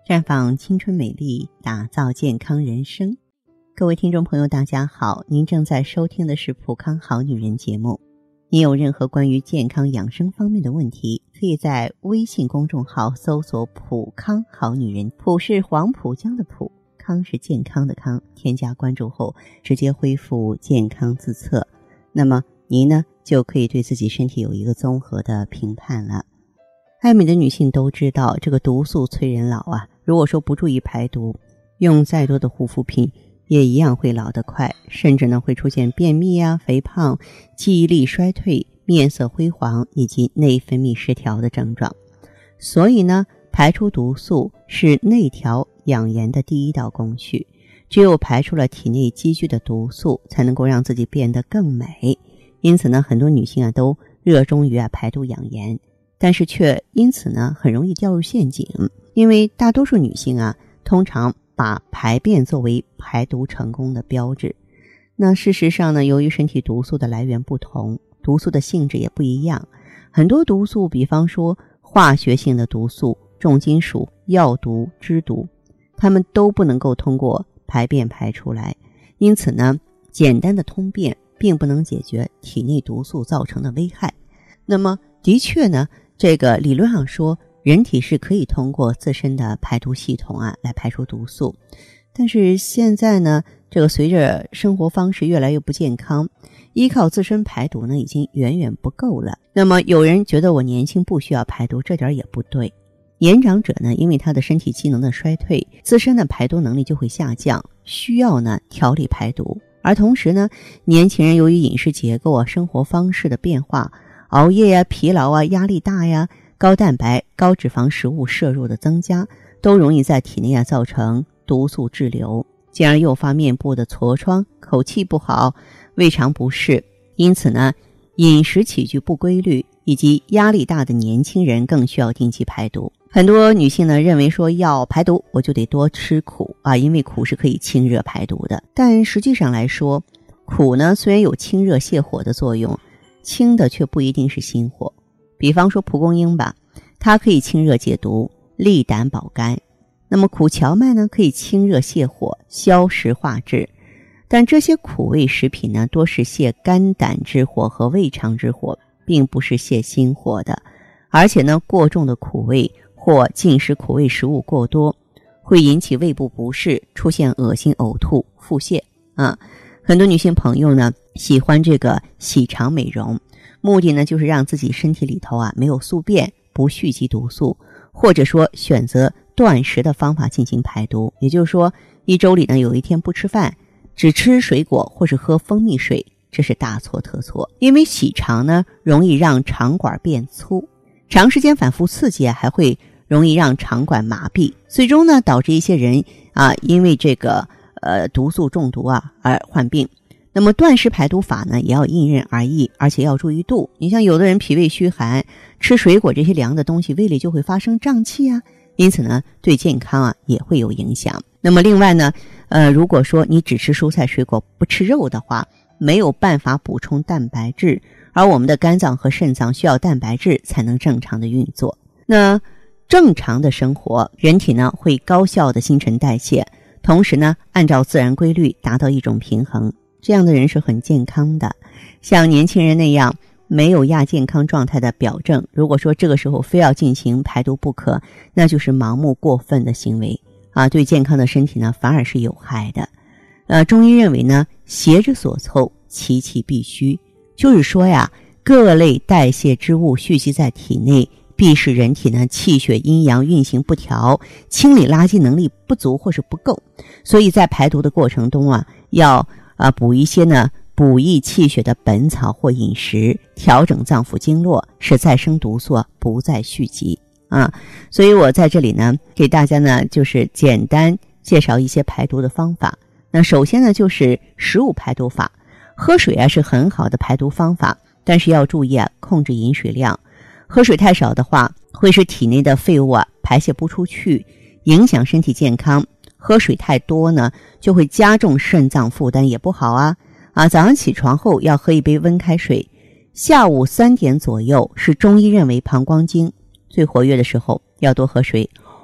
绽放青春美丽，打造健康人生。各位听众朋友大家好，您正在收听的是普康好女人节目。你有任何关于健康养生方面的问题，可以在微信公众号搜索普康好女人，普是黄浦江的浦，康是健康的康，添加关注后直接恢复健康自测，那么您呢就可以对自己身体有一个综合的评判了。爱美的女性都知道，这个毒素催人老啊，如果说不注意排毒，用再多的护肤品也一样会老得快，甚至呢会出现便秘啊、肥胖、记忆力衰退、面色灰黄以及内分泌失调的症状。所以呢，排出毒素是内调养颜的第一道工序，只有排出了体内积聚的毒素，才能够让自己变得更美。因此呢，很多女性啊都热衷于排毒养颜，但是却因此呢很容易掉入陷阱，因为大多数女性啊通常把排便作为排毒成功的标志。那事实上呢，由于身体毒素的来源不同，毒素的性质也不一样，很多毒素，比方说化学性的毒素、重金属、药毒、脂毒，它们都不能够通过排便排出来。因此呢，简单的通便并不能解决体内毒素造成的危害。那么的确呢，这个理论上说，人体是可以通过自身的排毒系统啊来排出毒素，但是现在呢，这个随着生活方式越来越不健康，依靠自身排毒呢已经远远不够了。那么有人觉得我年轻不需要排毒，这点也不对。年长者呢，因为他的身体机能的衰退，自身的排毒能力就会下降，需要呢调理排毒。而同时呢，年轻人由于饮食结构啊、生活方式的变化，熬夜呀、疲劳啊、压力大呀、高蛋白、高脂肪食物摄入的增加，都容易在体内啊造成毒素滞留，进而诱发面部的痤疮、口气不好、胃肠不适。因此呢，饮食起居不规律以及压力大的年轻人更需要定期排毒。很多女性呢认为说，要排毒我就得多吃苦啊，因为苦是可以清热排毒的。但实际上来说，苦呢虽然有清热泻火的作用，清的却不一定是心火。比方说蒲公英吧，它可以清热解毒、利胆保肝。那么苦荞麦呢，可以清热泻火、消食化滞。但这些苦味食品呢，多是泻肝胆之火和胃肠之火，并不是泻心火的。而且呢，过重的苦味或进食苦味食物过多，会引起胃部不适，出现恶心、呕吐、腹泻啊。很多女性朋友呢喜欢这个洗肠美容，目的呢就是让自己身体里头啊没有宿便，不蓄积毒素，或者说选择断食的方法进行排毒。也就是说，一周里呢有一天不吃饭，只吃水果或是喝蜂蜜水，这是大错特错。因为洗肠呢容易让肠管变粗，长时间反复刺激还会容易让肠管麻痹，最终呢导致一些人啊因为这个毒素中毒啊而患病。那么断食排毒法呢也要因人而异，而且要注意度。你像有的人脾胃虚寒，吃水果这些凉的东西，胃里就会发生胀气啊，因此呢对健康啊也会有影响。那么另外呢如果说你只吃蔬菜水果不吃肉的话，没有办法补充蛋白质，而我们的肝脏和肾脏需要蛋白质才能正常的运作。那正常的生活，人体呢会高效的新陈代谢，同时呢按照自然规律达到一种平衡，这样的人是很健康的。像年轻人那样没有亚健康状态的表证，如果说这个时候非要进行排毒不可，那就是盲目过分的行为啊，对健康的身体呢反而是有害的。中医认为呢，邪之所凑，其气必虚，就是说呀，各类代谢之物蓄积在体内，必使人体呢气血阴阳运行不调，清理垃圾能力不足或是不够。所以在排毒的过程中啊，要补一些呢补益气血的本草或饮食，调整脏腑经络，使再生毒素不再蓄积啊。所以我在这里呢给大家呢就是简单介绍一些排毒的方法。那首先呢就是食物排毒法。喝水是很好的排毒方法，但是要注意控制饮水量。喝水太少的话，会使体内的废物排泄不出去，影响身体健康。喝水太多呢，就会加重肾脏负担，也不好早上起床后要喝一杯温开水，下午3点左右是中医认为膀胱经最活跃的时候，要多喝水。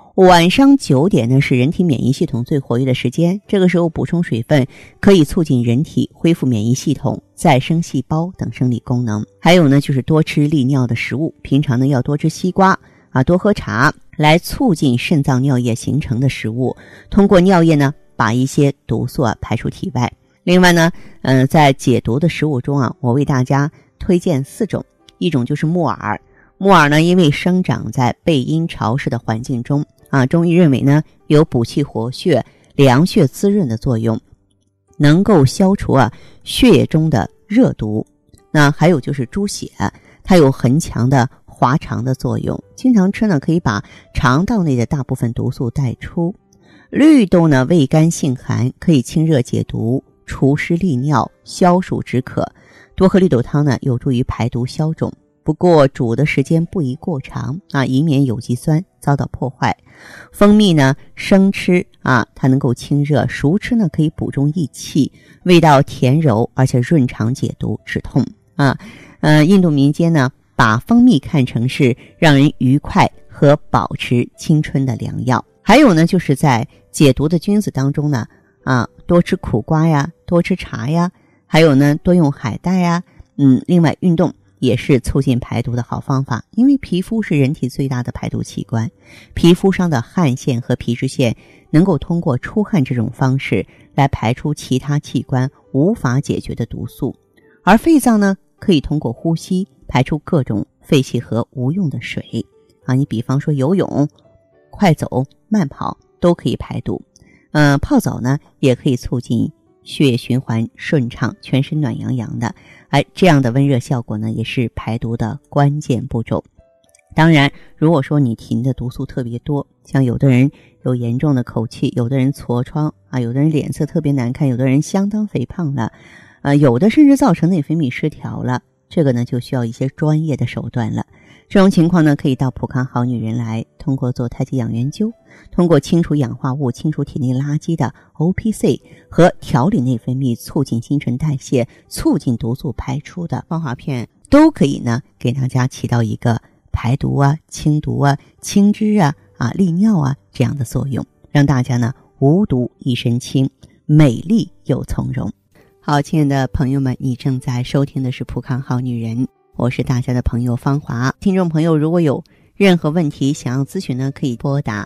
晚上9点呢是人体免疫系统最活跃的时间，这个时候补充水分可以促进人体恢复免疫系统、再生细胞等生理功能。还有呢就是多吃利尿的食物，平常呢要多吃西瓜多喝茶，来促进肾脏尿液形成的食物，通过尿液呢把一些毒素排出体外。另外呢在解毒的食物中我为大家推荐4种，一种就是木耳。木耳呢因为生长在背阴潮湿的环境中中医认为呢有补气活血、凉血滋润的作用，能够消除血液中的热毒。那还有就是猪血，它有很强的滑肠的作用，经常吃呢可以把肠道内的大部分毒素带出。绿豆呢味甘性寒，可以清热解毒、除湿利尿、消暑止渴。多喝绿豆汤呢有助于排毒消肿，不过煮的时间不宜过长以免有机酸遭到破坏。蜂蜜呢生吃它能够清热，熟吃呢可以补中益气，味道甜柔，而且润肠解毒止痛印度民间呢把蜂蜜看成是让人愉快和保持青春的良药。还有呢就是在解毒的君子当中呢多吃苦瓜呀，多吃茶呀，还有呢多用海带呀。另外运动也是促进排毒的好方法，因为皮肤是人体最大的排毒器官，皮肤上的汗腺和皮脂腺能够通过出汗这种方式来排出其他器官无法解决的毒素，而肺脏呢可以通过呼吸排出各种废气和无用的水你比方说游泳、快走、慢跑都可以排毒。泡澡呢也可以促进血液循环顺畅，全身暖洋洋的这样的温热效果呢也是排毒的关键步骤。当然如果说你体内的毒素特别多，像有的人有严重的口气，有的人痤疮有的人脸色特别难看，有的人相当肥胖了有的甚至造成内分泌失调了，这个呢就需要一些专业的手段了。这种情况呢可以到普康好女人来，通过做太极养元灸，通过清除氧化物、清除体内垃圾的 OPC 和调理内分泌、促进新陈代谢、促进毒素排出的方法片，都可以呢给大家起到一个排毒清毒清脂利尿这样的作用，让大家呢无毒一身轻，美丽又从容。好，亲爱的朋友们，你正在收听的是普康好女人，我是大家的朋友芳华。听众朋友如果有任何问题想要咨询呢，可以拨打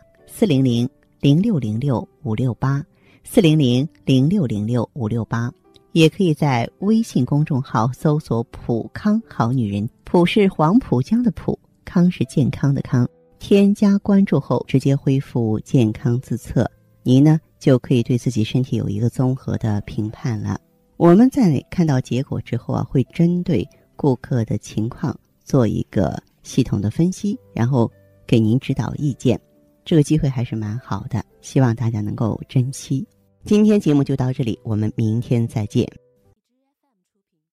400-0606-568 400-0606-568，也可以在微信公众号搜索普康好女人，普是黄浦江的浦，康是健康的康，添加关注后直接恢复健康自测，您呢就可以对自己身体有一个综合的评判了。我们在看到结果之后会针对顾客的情况做一个系统的分析，然后给您指导意见，这个机会还是蛮好的，希望大家能够珍惜。今天节目就到这里，我们明天再见。